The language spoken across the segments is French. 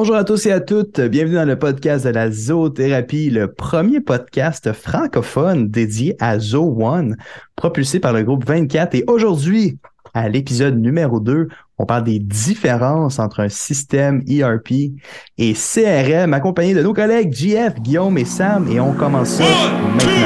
Bonjour à tous et à toutes, bienvenue dans le podcast de la zoothérapie, le premier podcast francophone dédié à Zoo One, propulsé par le groupe 24. Et aujourd'hui, à l'épisode numéro 2, on parle des différences entre un système ERP et CRM, accompagné de nos collègues JF, Guillaume et Sam, et on commence ça maintenant.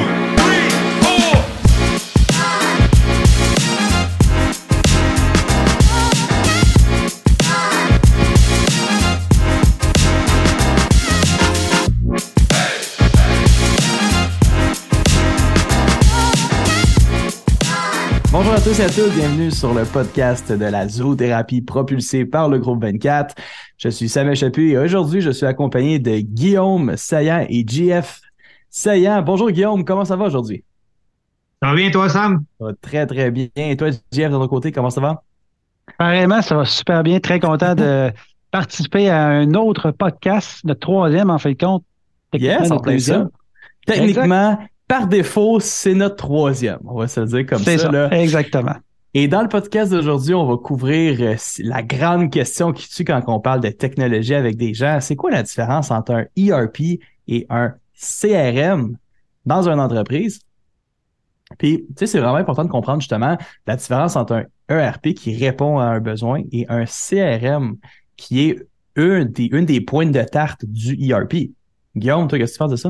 Bonjour à tous et à toutes, bienvenue sur le podcast de la zoothérapie propulsé par le groupe 24. Je suis Samuel Chaput et aujourd'hui, je suis accompagné de Guillaume Saillant et JF Saillant. Bonjour Guillaume, comment ça va aujourd'hui? Ça va bien, toi, Sam? Ça va très, très bien. Et toi, JF, de ton côté, comment ça va? Pareillement, ça va super bien. Très content de participer à un autre podcast, le troisième, en fin de compte. Yes, en plein ça. Techniquement, exact. Par défaut, c'est notre troisième. On va se le dire comme C'est ça, là. exactement. Et dans le podcast d'aujourd'hui, on va couvrir la grande question qui tue quand on parle de technologie avec des gens. C'est quoi la différence entre un ERP et un CRM dans une entreprise? Puis, tu sais, c'est vraiment important de comprendre justement la différence entre un ERP qui répond à un besoin et un CRM qui est une des pointes de tarte du ERP. Guillaume, toi, qu'est-ce que tu penses de ça?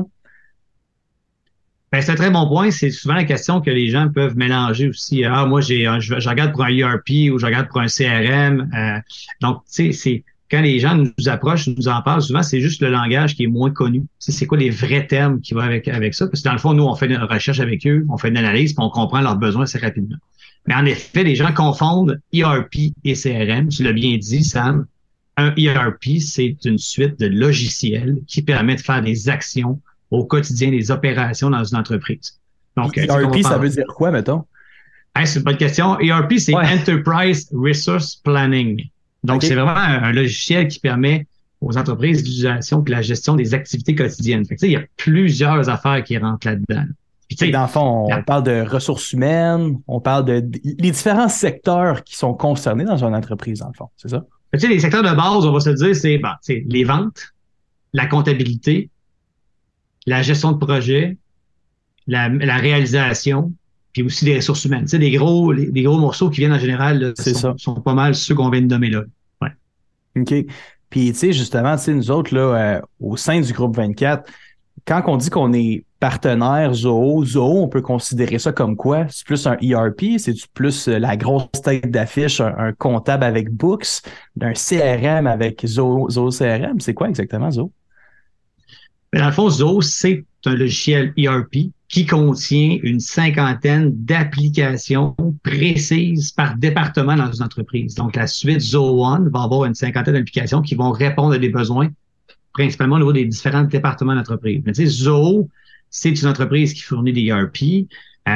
Ben, c'est un très bon point. C'est souvent la question que les gens peuvent mélanger aussi. Ah, moi, je regarde pour un ERP ou je regarde pour un CRM. Donc, tu sais, c'est quand les gens nous approchent, nous en parlent, souvent, c'est juste le langage qui est moins connu. C'est quoi les vrais termes qui vont avec ça? Parce que dans le fond, nous, on fait une recherche avec eux, on fait une analyse, puis on comprend leurs besoins assez rapidement. Mais en effet, les gens confondent ERP et CRM. Tu l'as bien dit, Sam. Un ERP, c'est une suite de logiciels qui permet de faire des actions au quotidien, des opérations dans une entreprise. Donc, ERP, ça veut dire quoi, mettons? C'est une bonne question. ERP, c'est Enterprise Resource Planning. Donc, c'est vraiment un logiciel qui permet aux entreprises d'utilisation de la gestion des activités quotidiennes. Fait que, il y a plusieurs affaires qui rentrent là-dedans. Puis, dans le fond, on parle de ressources humaines, on parle de les différents secteurs qui sont concernés dans une entreprise, dans le fond, c'est ça? Les secteurs de base, on va se dire, c'est les ventes, la comptabilité, la gestion de projet, la réalisation, puis aussi les ressources humaines. Tu sais, les gros morceaux qui viennent en général là, sont pas mal ceux qu'on vient de nommer là. Ouais. OK. Puis, tu sais, justement, nous autres, là, au sein du groupe 24, quand on dit qu'on est partenaire Zoho, on peut considérer ça comme quoi? C'est plus un ERP? C'est plus la grosse tête d'affiche, un comptable avec Books, un CRM avec Zoho CRM? C'est quoi exactement, Zoho? Mais dans le fond, Zoho, c'est un logiciel ERP qui contient une cinquantaine d'applications précises par département dans une entreprise. Donc, la suite Zoho One va avoir une cinquantaine d'applications qui vont répondre à des besoins, principalement au niveau des différents départements d'entreprise. Mais tu sais, Zoho, c'est une entreprise qui fournit des ERP.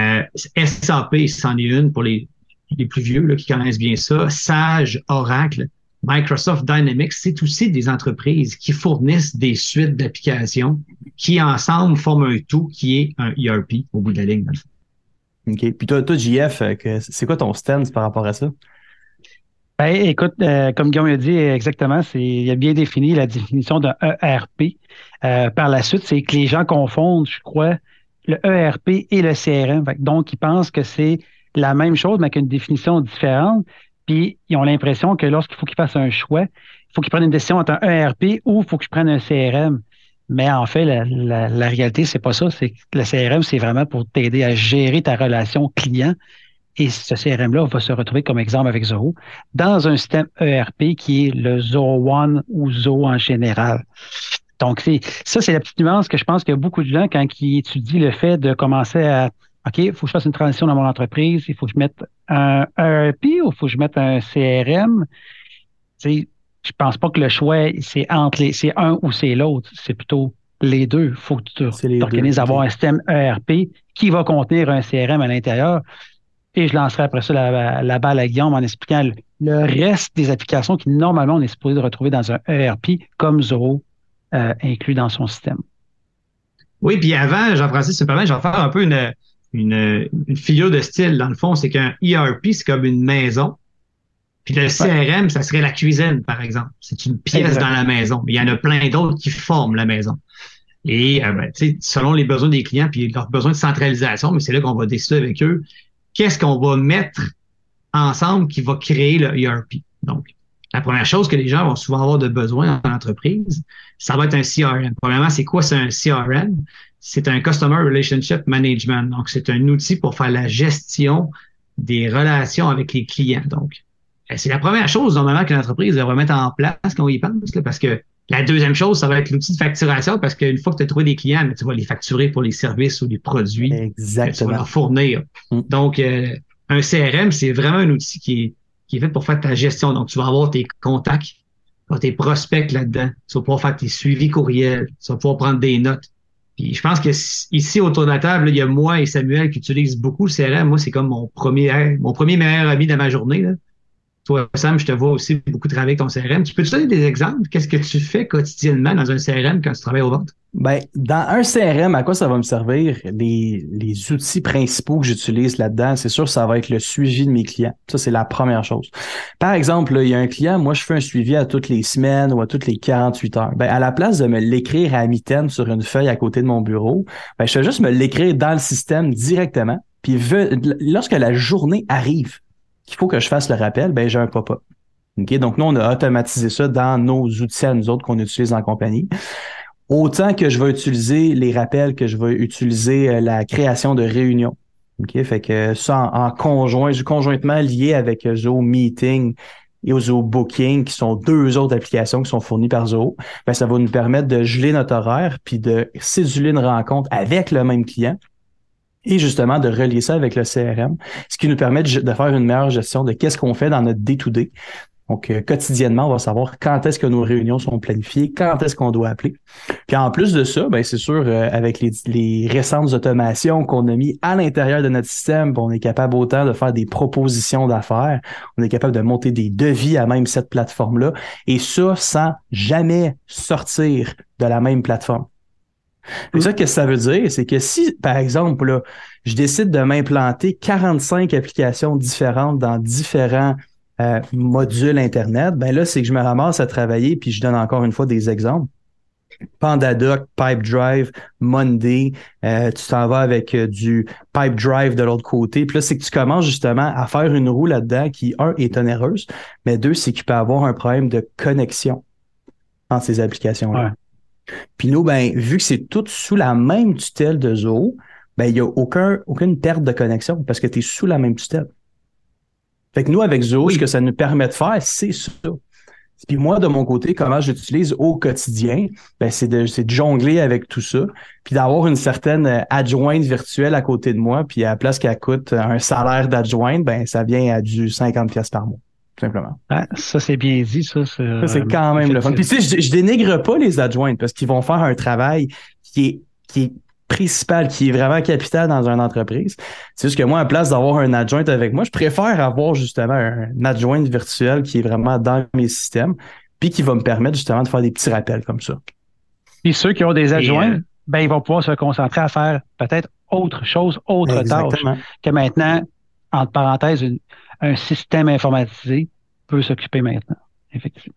SAP, c'en est une pour les plus vieux là, qui connaissent bien ça. Sage, Oracle, Microsoft Dynamics, c'est aussi des entreprises qui fournissent des suites d'applications qui, ensemble, forment un tout qui est un ERP au bout de la ligne. OK. Puis toi, JF, c'est quoi ton stance par rapport à ça? Ben, écoute, comme Guillaume a dit exactement, il a bien défini la définition d'un ERP. Par la suite, c'est que les gens confondent, je crois, le ERP et le CRM. Donc, ils pensent que c'est la même chose, mais avec une définition différente. Puis, ils ont l'impression que lorsqu'il faut qu'ils fassent un choix, il faut qu'ils prennent une décision entre un ERP ou il faut qu'ils prennent un CRM. Mais en fait, la réalité, c'est pas ça. C'est que le CRM, c'est vraiment pour t'aider à gérer ta relation client. Et ce CRM-là va se retrouver comme exemple avec Zoho dans un système ERP qui est le Zoho One ou Zoho en général. Donc, c'est la petite nuance que je pense qu'il y a beaucoup de gens, quand ils étudient le fait de commencer à OK, il faut que je fasse une transition dans mon entreprise, il faut que je mette un ERP ou il faut que je mette un CRM. Tu sais, je pense pas que le choix, c'est c'est un ou c'est l'autre. C'est plutôt les deux. Il faut que tu t'organises à avoir un système ERP qui va contenir un CRM à l'intérieur. Et je lancerai après ça la balle à Guillaume en expliquant le reste des applications qui, normalement, on est supposé de retrouver dans un ERP comme Zoho inclus dans son système. Oui, puis avant, Jean-Francis, si tu me permets, je vais faire un peu une figure de style. Dans le fond, c'est qu'un ERP, c'est comme une maison. Puis le CRM, ça serait la cuisine, par exemple. C'est une pièce dans la maison. Mais il y en a plein d'autres qui forment la maison. Et selon les besoins des clients puis leurs besoins de centralisation, mais c'est là qu'on va décider avec eux qu'est-ce qu'on va mettre ensemble qui va créer le ERP. Donc, la première chose que les gens vont souvent avoir de besoin en entreprise, ça va être un CRM. Premièrement, c'est quoi c'est un CRM? C'est un Customer Relationship Management. Donc, c'est un outil pour faire la gestion des relations avec les clients. Donc, c'est la première chose normalement que l'entreprise devrait mettre en place quand on y pense, là, parce que la deuxième chose, ça va être l'outil de facturation parce qu'une fois que tu as trouvé des clients, tu vas les facturer pour les services ou les produits que tu vas leur fournir. Donc, un CRM, c'est vraiment un outil qui est fait pour faire ta gestion. Donc, tu vas avoir tes contacts, tu vas avoir tes prospects là-dedans, tu vas pouvoir faire tes suivis courriels, tu vas pouvoir prendre des notes. Puis je pense que ici, autour de la table, là, il y a moi et Samuel qui utilisent beaucoup le CRM. Moi, c'est comme mon premier meilleur ami de ma journée, là. Toi, Sam, je te vois aussi beaucoup travailler avec ton CRM. Tu peux te donner des exemples? Qu'est-ce que tu fais quotidiennement dans un CRM quand tu travailles aux ventes? Ben, dans un CRM, à quoi ça va me servir? Les outils principaux que j'utilise là-dedans, c'est sûr, ça va être le suivi de mes clients. Ça, c'est la première chose. Par exemple, là, il y a un client, moi, je fais un suivi à toutes les semaines ou à toutes les 48 heures. Ben, à la place de me l'écrire à mitaine sur une feuille à côté de mon bureau, ben, je fais juste me l'écrire dans le système directement. Puis, lorsque la journée arrive, qu'il faut que je fasse le rappel, ben j'ai un pop-up. Okay? Donc, nous, on a automatisé ça dans nos outils à nous autres qu'on utilise en compagnie. Autant que je vais utiliser les rappels, que je vais utiliser la création de réunions. Okay? Fait que ça, conjointement lié avec Zoho Meeting et Zoho Booking, qui sont deux autres applications qui sont fournies par Zoho, ben, ça va nous permettre de geler notre horaire puis de céduler une rencontre avec le même client. Et justement, de relier ça avec le CRM, ce qui nous permet de faire une meilleure gestion de qu'est-ce qu'on fait dans notre day-to-day. Donc, quotidiennement, on va savoir quand est-ce que nos réunions sont planifiées, quand est-ce qu'on doit appeler. Puis en plus de ça, ben c'est sûr, avec les récentes automations qu'on a mis à l'intérieur de notre système, on est capable autant de faire des propositions d'affaires, on est capable de monter des devis à même cette plateforme-là, et ça sans jamais sortir de la même plateforme. Et ça, qu'est-ce que ça veut dire? C'est que si, par exemple, là, je décide de m'implanter 45 applications différentes dans différents modules Internet, ben là, c'est que je me ramasse à travailler, puis je donne encore une fois des exemples. PandaDoc, Pipedrive, Monday, tu t'en vas avec du Pipedrive de l'autre côté. Puis là, c'est que tu commences justement à faire une roue là-dedans qui, un, est onéreuse, mais deux, c'est qu'il peut avoir un problème de connexion entre ces applications-là. Ouais. Puis nous, ben, vu que c'est tout sous la même tutelle de Zoho, ben, il n'y a aucune perte de connexion parce que tu es sous la même tutelle. Fait que nous, avec Zoho, ce que ça nous permet de faire, c'est ça. Puis moi, de mon côté, comment j'utilise au quotidien, ben, c'est de jongler avec tout ça, puis d'avoir une certaine adjointe virtuelle à côté de moi, puis à la place qu'elle coûte un salaire d'adjointe, ben, ça vient à du 50$ par mois. Simplement. Ah, ça, c'est bien dit, ça. C'est quand même le fun. Puis tu sais, je dénigre pas les adjointes parce qu'ils vont faire un travail qui est principal, qui est vraiment capital dans une entreprise. C'est juste que moi, à la place d'avoir un adjoint avec moi, je préfère avoir justement un adjoint virtuel qui est vraiment dans mes systèmes puis qui va me permettre justement de faire des petits rappels comme ça. Puis ceux qui ont des adjoints, ben, ils vont pouvoir se concentrer à faire peut-être autre chose, autre tâche que maintenant, entre parenthèses, un système informatisé peut s'occuper maintenant, effectivement.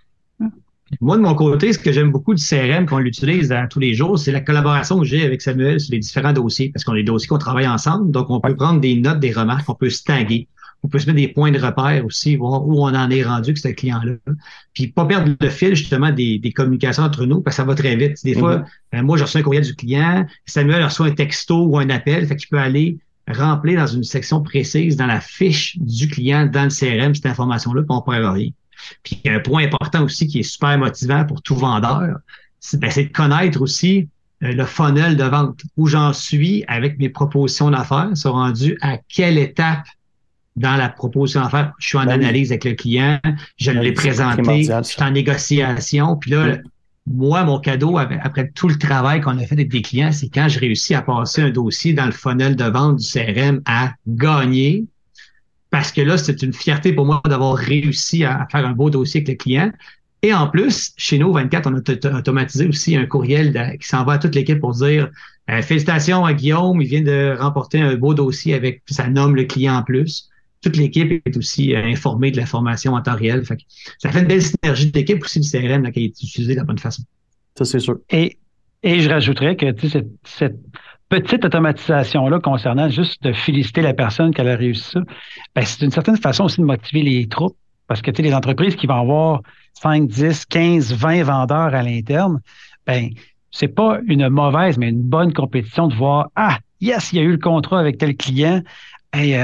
Moi, de mon côté, ce que j'aime beaucoup du CRM, qu'on l'utilise tous les jours, c'est la collaboration que j'ai avec Samuel sur les différents dossiers, parce qu'on a des dossiers qu'on travaille ensemble, donc on peut prendre des notes, des remarques, on peut se taguer, on peut se mettre des points de repère aussi, voir où on en est rendu avec ce client-là, puis pas perdre le fil justement des communications entre nous, parce que ça va très vite. Des fois, moi, je reçois un courriel du client, Samuel reçoit un texto ou un appel, fait qu'il peut aller remplir dans une section précise dans la fiche du client dans le CRM cette information-là, puis on ne perd rien. Puis un point important aussi qui est super motivant pour tout vendeur, c'est de connaître aussi le funnel de vente, où j'en suis avec mes propositions d'affaires, sont rendues à quelle étape dans la proposition d'affaires. Je suis en analyse avec le client, je l'ai présenté, je suis en négociation, puis là, moi, mon cadeau, après tout le travail qu'on a fait avec des clients, c'est quand je réussis à passer un dossier dans le funnel de vente du CRM à gagner, parce que là, c'est une fierté pour moi d'avoir réussi à faire un beau dossier avec le client. Et en plus, chez nous, 24, on a automatisé aussi un courriel qui s'en va à toute l'équipe pour dire félicitations à Guillaume, il vient de remporter un beau dossier avec, ça nomme le client en plus. toute l'équipe est aussi informée de l'information en temps réel. Fait que ça fait une belle synergie d'équipe aussi, le CRM, là, qui est utilisé de la bonne façon. Ça, c'est sûr. Et je rajouterais que cette petite automatisation-là concernant juste de féliciter la personne qu'elle a réussi ça, ben, c'est une certaine façon aussi de motiver les troupes. Parce que les entreprises qui vont avoir 5, 10, 15, 20 vendeurs à l'interne, ben, c'est pas une mauvaise, mais une bonne compétition de voir, ah, yes, il y a eu le contrat avec tel client. Et,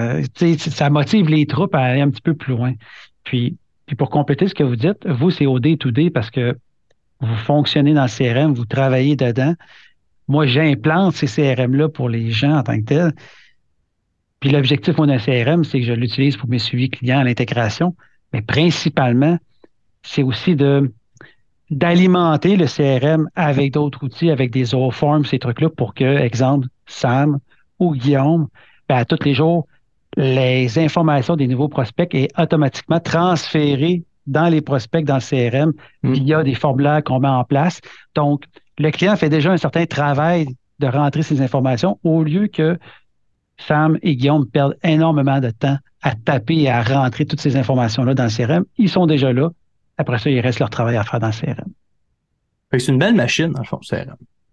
ça motive les troupes à aller un petit peu plus loin. Puis pour compléter ce que vous dites, vous, c'est au day-to-day parce que vous fonctionnez dans le CRM, vous travaillez dedans. Moi, j'implante ces CRM-là pour les gens en tant que tels. Puis l'objectif, moi, d'un CRM, c'est que je l'utilise pour mes suivis clients à l'intégration. Mais principalement, c'est aussi d'alimenter le CRM avec d'autres outils, avec des Zoforms, ces trucs-là, pour que, exemple, Sam ou Guillaume, ben, à tous les jours, les informations des nouveaux prospects est automatiquement transférées dans les prospects, dans le CRM, via des formulaires qu'on met en place. Donc, le client fait déjà un certain travail de rentrer ces informations au lieu que Sam et Guillaume perdent énormément de temps à taper et à rentrer toutes ces informations-là dans le CRM. Ils sont déjà là. Après ça, il reste leur travail à faire dans le CRM. Fait que c'est une belle machine, dans le fond, le CRM.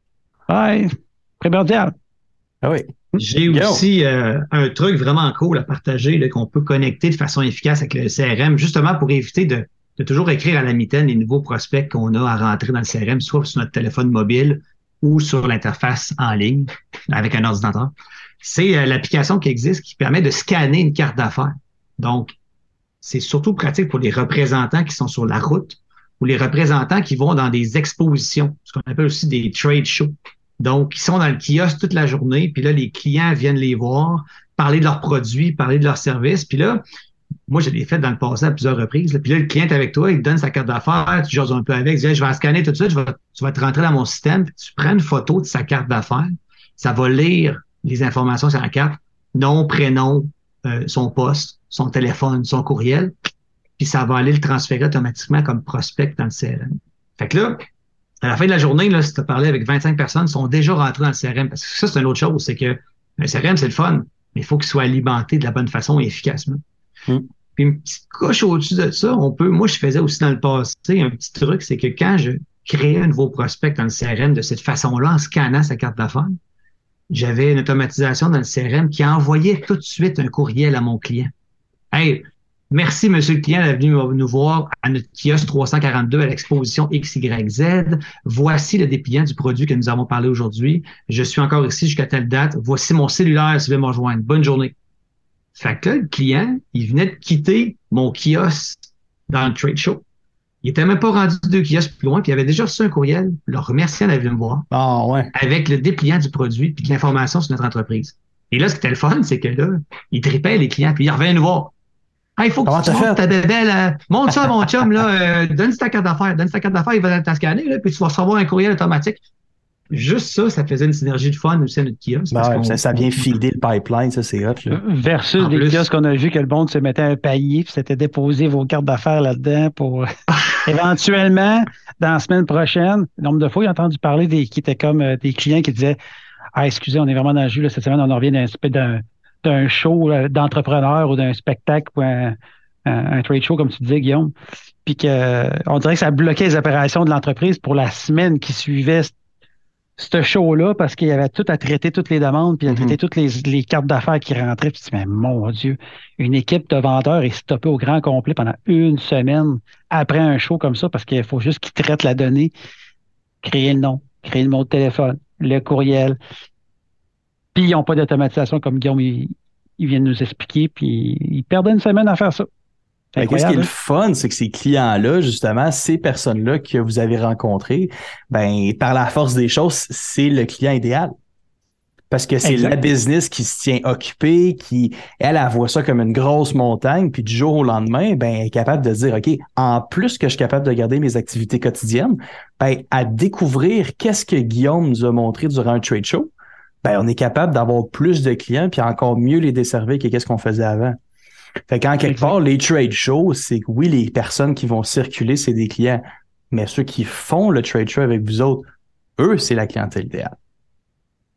Oui, primordial. Ah oui. J'ai aussi un truc vraiment cool à partager là, qu'on peut connecter de façon efficace avec le CRM, justement pour éviter de toujours écrire à la mitaine les nouveaux prospects qu'on a à rentrer dans le CRM, soit sur notre téléphone mobile ou sur l'interface en ligne avec un ordinateur. C'est l'application qui existe qui permet de scanner une carte d'affaires. Donc, c'est surtout pratique pour les représentants qui sont sur la route ou les représentants qui vont dans des expositions, ce qu'on appelle aussi des trade shows. Donc, ils sont dans le kiosque toute la journée, puis là, les clients viennent les voir, parler de leurs produits, parler de leurs services. Puis là, moi, je l'ai fait dans le passé à plusieurs reprises. Là. Puis là, le client est avec toi, il te donne sa carte d'affaires, tu jases un peu avec, tu dis, je vais la scanner tout de suite, tu vas te rentrer dans mon système, puis tu prends une photo de sa carte d'affaires, ça va lire les informations sur la carte, nom, prénom, son poste, son téléphone, son courriel, puis ça va aller le transférer automatiquement comme prospect dans le CRM. Fait que là, à la fin de la journée, là, si tu as parlé avec 25 personnes, ils sont déjà rentrés dans le CRM. Parce que ça, c'est une autre chose, c'est que le CRM, c'est le fun, mais il faut qu'il soit alimenté de la bonne façon et efficacement. Puis une petite coche au-dessus de ça, moi, je faisais aussi dans le passé un petit truc, c'est que quand je créais un nouveau prospect dans le CRM de cette façon-là, en scannant sa carte d'affaires, j'avais une automatisation dans le CRM qui envoyait tout de suite un courriel à mon client. Hey, merci, monsieur le client, d'être venu nous voir à notre kiosque 342 à l'exposition XYZ. Voici le dépliant du produit que nous avons parlé aujourd'hui. Je suis encore ici jusqu'à telle date. Voici mon cellulaire si vous voulez me rejoindre. Bonne journée. Fait que là, le client, il venait de quitter mon kiosque dans le trade show. Il était même pas rendu 2 kiosques plus loin, puis il avait déjà reçu un courriel, le remerciant d'être venu me voir. Ah ouais. Avec le dépliant du produit puis de l'information sur notre entreprise. Et là, ce qui était le fun, c'est que là, il tripait les clients, puis il revenait nous voir. Ah, il faut que tu montes ta bébelle. Monte ça, mon chum, là. Donne ta carte d'affaires. Donne ta carte d'affaires, il va ta scanner, là, puis tu vas recevoir un courriel automatique. Juste ça faisait une synergie de fun aussi à notre kiosque. Ça vient feeder le pipeline, ça, c'est hot. Là. Versus des kiosques qu'on a vu que le monde se mettait un panier, puis c'était déposé vos cartes d'affaires là-dedans pour éventuellement, dans la semaine prochaine, le nombre de fois, j'ai entendu parler qui étaient comme des clients qui disaient ah, excusez, on est vraiment dans le jus, là, cette semaine, on en revient d'un show d'entrepreneur ou d'un spectacle ou un trade show, comme tu disais, Guillaume. Puis on dirait que ça bloquait les opérations de l'entreprise pour la semaine qui suivait ce show-là parce qu'il y avait tout à traiter, toutes les demandes, puis à traiter toutes les cartes d'affaires qui rentraient. Puis tu dis, mais mon Dieu, une équipe de vendeurs est stoppée au grand complet pendant une semaine après un show comme ça parce qu'il faut juste qu'ils traitent la donnée, créer le nom, créer le numéro de téléphone, le courriel. Puis ils n'ont pas d'automatisation comme Guillaume, il vient de nous expliquer, puis ils perdaient une semaine à faire ça. Qu'est-ce qui est le fun, c'est que ces clients-là, justement, ces personnes-là que vous avez rencontrées, ben, par la force des choses, c'est le client idéal. Parce que c'est la business qui se tient occupée, elle voit ça comme une grosse montagne, puis du jour au lendemain, ben, elle est capable de dire, OK, en plus que je suis capable de garder mes activités quotidiennes, ben, à découvrir qu'est-ce que Guillaume nous a montré durant un trade show, ben, on est capable d'avoir plus de clients, puis encore mieux les desservir que qu'est-ce qu'on faisait avant. Fait qu'en quelque part, les trade shows, c'est que oui, les personnes qui vont circuler, c'est des clients. Mais ceux qui font le trade show avec vous autres, eux, c'est la clientèle idéale.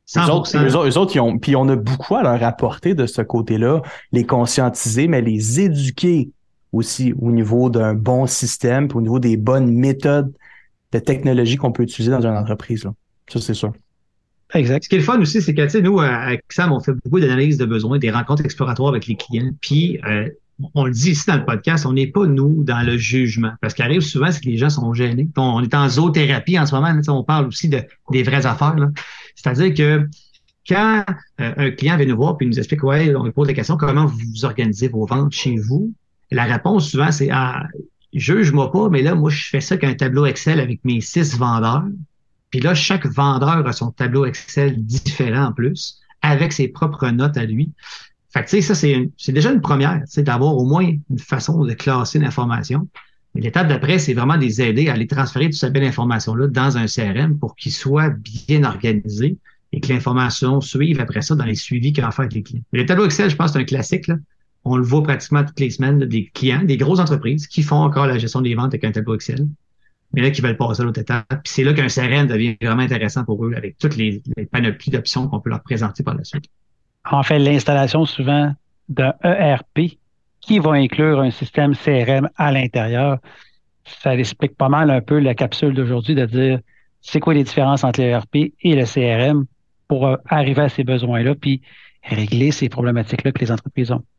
100%. Eux autres, puis on a beaucoup à leur apporter de ce côté-là, les conscientiser, mais les éduquer aussi au niveau d'un bon système, puis au niveau des bonnes méthodes de technologie qu'on peut utiliser dans une entreprise, là. Ça, c'est sûr. Exact. Ce qui est le fun aussi, c'est que, tu sais, nous, avec Sam, on fait beaucoup d'analyses de besoins, des rencontres exploratoires avec les clients. Puis, on le dit ici dans le podcast, on n'est pas, nous, dans le jugement. Parce qu'il arrive souvent, c'est que les gens sont gênés. On est en zoothérapie en ce moment. On parle aussi des vraies affaires, là. C'est-à-dire que quand un client vient nous voir et nous explique, ouais, on lui pose la question, comment vous organisez vos ventes chez vous? La réponse, souvent, c'est, juge-moi pas, mais là, moi, je fais ça qu'un tableau Excel avec mes 6 vendeurs. Puis là, chaque vendeur a son tableau Excel différent en plus, avec ses propres notes à lui. Fait que, tu sais, ça, c'est déjà une première, c'est d'avoir au moins une façon de classer l'information. Mais l'étape d'après, c'est vraiment de les aider à aller transférer toute cette belle information-là dans un CRM pour qu'il soit bien organisé et que l'information suive après ça dans les suivis qu'il va faire avec les clients. Mais le tableau Excel, je pense, c'est un classique, là. On le voit pratiquement toutes les semaines, là, des clients, des grosses entreprises qui font encore la gestion des ventes avec un tableau Excel, mais là, qui veulent passer à l'autre étape. Puis c'est là qu'un CRM devient vraiment intéressant pour eux, avec toutes les panoplies d'options qu'on peut leur présenter par la suite. En fait, l'installation souvent d'un ERP qui va inclure un système CRM à l'intérieur, ça explique pas mal un peu la capsule d'aujourd'hui de dire c'est quoi les différences entre l'ERP et le CRM pour arriver à ces besoins-là, puis régler ces problématiques-là que les entreprises ont.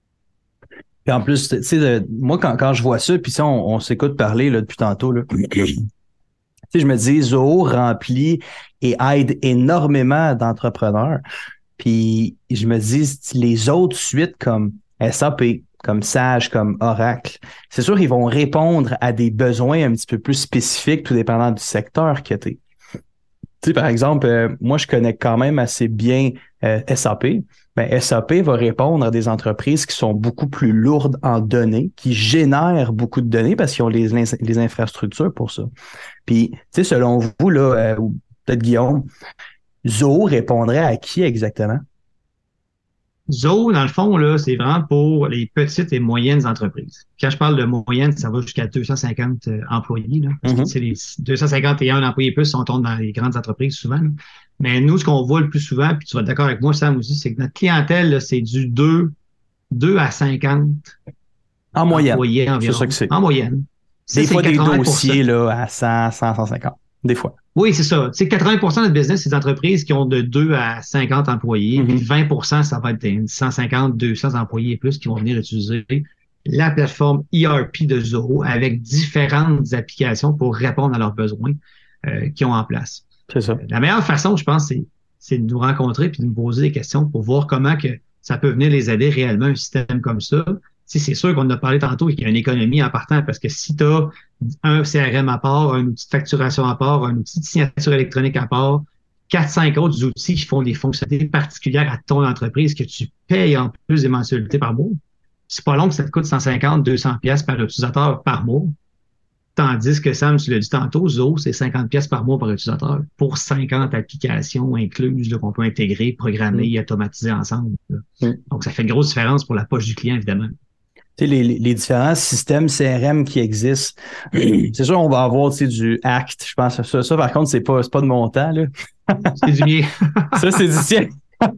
Puis en plus, tu sais, moi, quand je vois ça, puis ça, on s'écoute parler là, depuis tantôt, là. Tu sais, je me dis, Zoho remplit et aide énormément d'entrepreneurs. Puis je me dis, les autres suites comme SAP, comme Sage, comme Oracle, c'est sûr qu'ils vont répondre à des besoins un petit peu plus spécifiques, tout dépendant du secteur que tu es. Tu sais, par exemple, moi, je connais quand même assez bien SAP. Ben, SAP va répondre à des entreprises qui sont beaucoup plus lourdes en données, qui génèrent beaucoup de données parce qu'ils ont les infrastructures pour ça. Puis, tu sais, selon vous, là, ou peut-être Guillaume, Zoho répondrait à qui exactement? Zoho, dans le fond, là, c'est vraiment pour les petites et moyennes entreprises. Quand je parle de moyenne, ça va jusqu'à 250 employés. Là, parce que c'est les 251 employés plus, on tombe dans les grandes entreprises souvent. Là. Mais nous, ce qu'on voit le plus souvent, puis tu vas être d'accord avec moi, Sam, aussi, c'est que notre clientèle, là, c'est du 2 à 50 en moyenne. Employés environ. C'est ça que c'est. En moyenne. Des fois, des dossiers là, à 100, 150. Des fois. Oui, c'est ça. C'est 80 de notre business, c'est des entreprises qui ont de 2 à 50 employés. Puis 20 ça va être 150, 200 employés et plus qui vont venir utiliser la plateforme ERP de Zoho avec différentes applications pour répondre à leurs besoins qu'ils ont en place. C'est ça. La meilleure façon, je pense, c'est de nous rencontrer puis de nous poser des questions pour voir comment que ça peut venir les aider réellement, un système comme ça. Tu sais, c'est sûr qu'on en a parlé tantôt qu'il y a une économie en partant parce que si tu as un CRM à part, un outil de facturation à part, un outil de signature électronique à part, 4-5 autres outils qui font des fonctionnalités particulières à ton entreprise que tu payes en plus des mensualités par mois, c'est pas long que ça te coûte 150, 200 pièces par utilisateur par mois. Tandis que Sam, tu l'as dit tantôt, Zoho, c'est 50 pièces par mois par utilisateur pour 50 applications incluses là, qu'on peut intégrer, programmer et automatiser ensemble. Donc, ça fait une grosse différence pour la poche du client, évidemment. Tu sais, les différents systèmes CRM qui existent, c'est sûr, on va avoir, tu sais, du ACT, je pense. Ça, par contre, c'est pas de mon temps, là. C'est du mien. Ça, c'est du sien.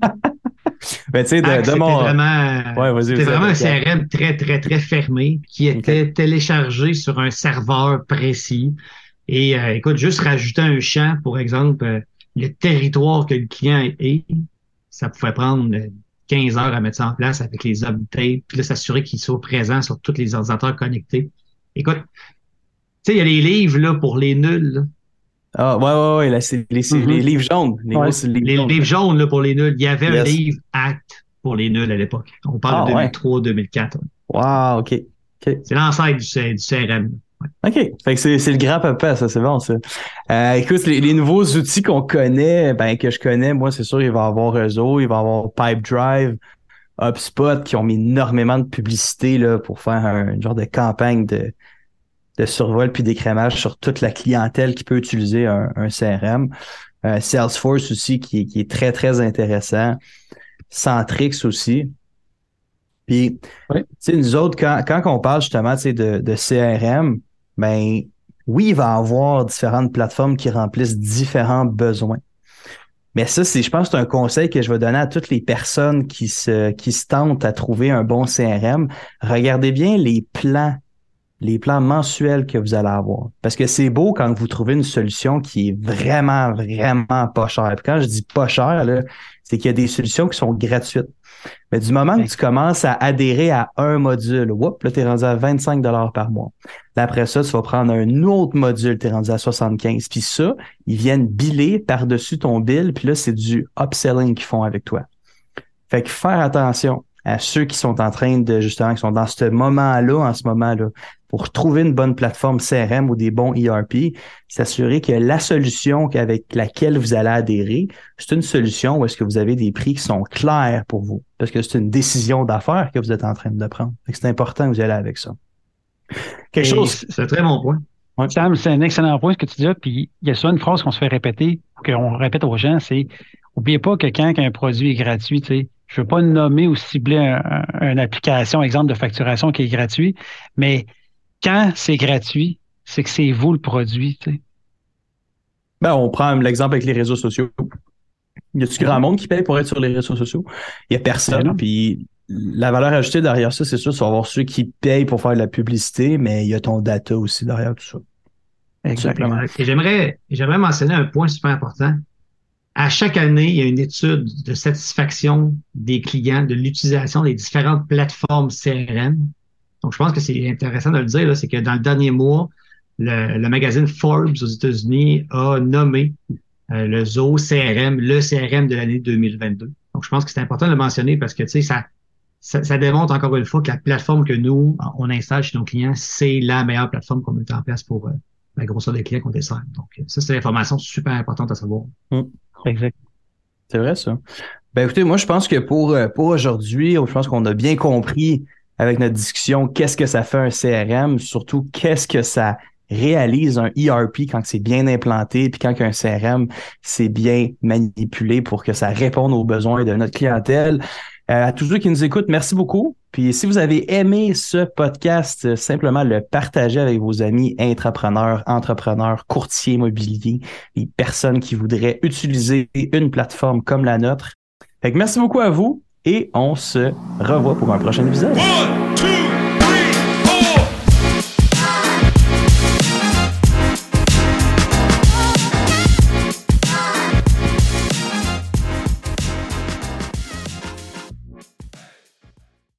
Ben, tu sais, de mon... C'était vraiment un CRM très, très, très fermé qui était téléchargé sur un serveur précis. Et écoute, juste rajouter un champ, pour exemple, le territoire que le client est, ça pouvait prendre 15 heures à mettre ça en place avec les updates, puis là, s'assurer qu'il soit présent sur tous les ordinateurs connectés. Écoute, tu sais, il y a les livres là pour les nuls. Là. Ah, ouais, là, c'est les livres jaunes. Les livres jaunes là, pour les nuls. Il y avait un livre ACT pour les nuls à l'époque. On parle de 2003-2004. Wow, OK. C'est l'ancêtre du CRM. Ouais. OK. Fait que c'est le grand papa, ça, c'est bon, ça. Écoute, les nouveaux outils qu'on connaît, que je connais, moi, c'est sûr, il va y avoir Zoho, il va y avoir Pipedrive, HubSpot, qui ont mis énormément de publicité là, pour faire un genre de campagne de survol puis d'écrémage sur toute la clientèle qui peut utiliser un CRM. Salesforce aussi, qui est très, très intéressant. Centrix aussi. Puis, tu sais, nous autres, quand on parle justement de CRM, ben oui, il va y avoir différentes plateformes qui remplissent différents besoins. Mais ça, je pense que c'est un conseil que je vais donner à toutes les personnes qui se tentent à trouver un bon CRM. Regardez bien les plans mensuels que vous allez avoir. Parce que c'est beau quand vous trouvez une solution qui est vraiment, vraiment pas chère. Puis quand je dis pas cher, là, c'est qu'il y a des solutions qui sont gratuites. Mais du moment que tu commences à adhérer à un module, là, tu es rendu à 25 $ par mois. Là, après ça, tu vas prendre un autre module, tu es rendu à 75. Puis ça, ils viennent biller par-dessus ton bill, puis là, c'est du upselling qu'ils font avec toi. Fait que faire attention à ceux qui sont en train de, justement, qui sont dans ce moment-là, en ce moment-là, pour trouver une bonne plateforme CRM ou des bons ERP, s'assurer que la solution avec laquelle vous allez adhérer, c'est une solution où est-ce que vous avez des prix qui sont clairs pour vous. Parce que c'est une décision d'affaires que vous êtes en train de prendre. Fait que c'est important que vous y allez avec ça. C'est un très bon point. Ouais. Sam, c'est un excellent point ce que tu dis là. Puis il y a souvent une phrase qu'on se fait répéter, qu'on répète aux gens, c'est n'oubliez pas que quand un produit est gratuit, tu sais, je ne veux pas nommer ou cibler une application, exemple de facturation qui est gratuit, mais quand c'est gratuit, c'est que c'est vous le produit, tu sais. Ben, on prend l'exemple avec les réseaux sociaux. Y a-tu grand monde qui paye pour être sur les réseaux sociaux? Il y a personne. Puis la valeur ajoutée derrière ça, c'est sûr, tu vas avoir ceux qui payent pour faire de la publicité, mais il y a ton data aussi derrière tout ça. Exactement. Et j'aimerais mentionner un point super important. À chaque année, il y a une étude de satisfaction des clients de l'utilisation des différentes plateformes CRM. Donc, je pense que c'est intéressant de le dire, là, c'est que dans le dernier mois, le magazine Forbes aux États-Unis a nommé le Zoho CRM, le CRM de l'année 2022. Donc, je pense que c'est important de le mentionner parce que, tu sais, ça démontre encore une fois que la plateforme que nous, on installe chez nos clients, c'est la meilleure plateforme qu'on met en place pour la grosseur des clients qu'on dessert. Donc, ça, c'est l'information super importante à savoir. Exact. C'est vrai, ça. Ben, écoutez, moi, je pense que pour aujourd'hui, je pense qu'on a bien compris avec notre discussion qu'est-ce que ça fait un CRM, surtout qu'est-ce que ça réalise un ERP quand c'est bien implanté, puis quand un CRM, c'est bien manipulé pour que ça réponde aux besoins de notre clientèle. À tous ceux qui nous écoutent, merci beaucoup. Puis si vous avez aimé ce podcast, simplement le partager avec vos amis intrapreneurs, entrepreneurs, courtiers immobiliers, les personnes qui voudraient utiliser une plateforme comme la nôtre. Fait que merci beaucoup à vous et on se revoit pour un prochain épisode. 1, 2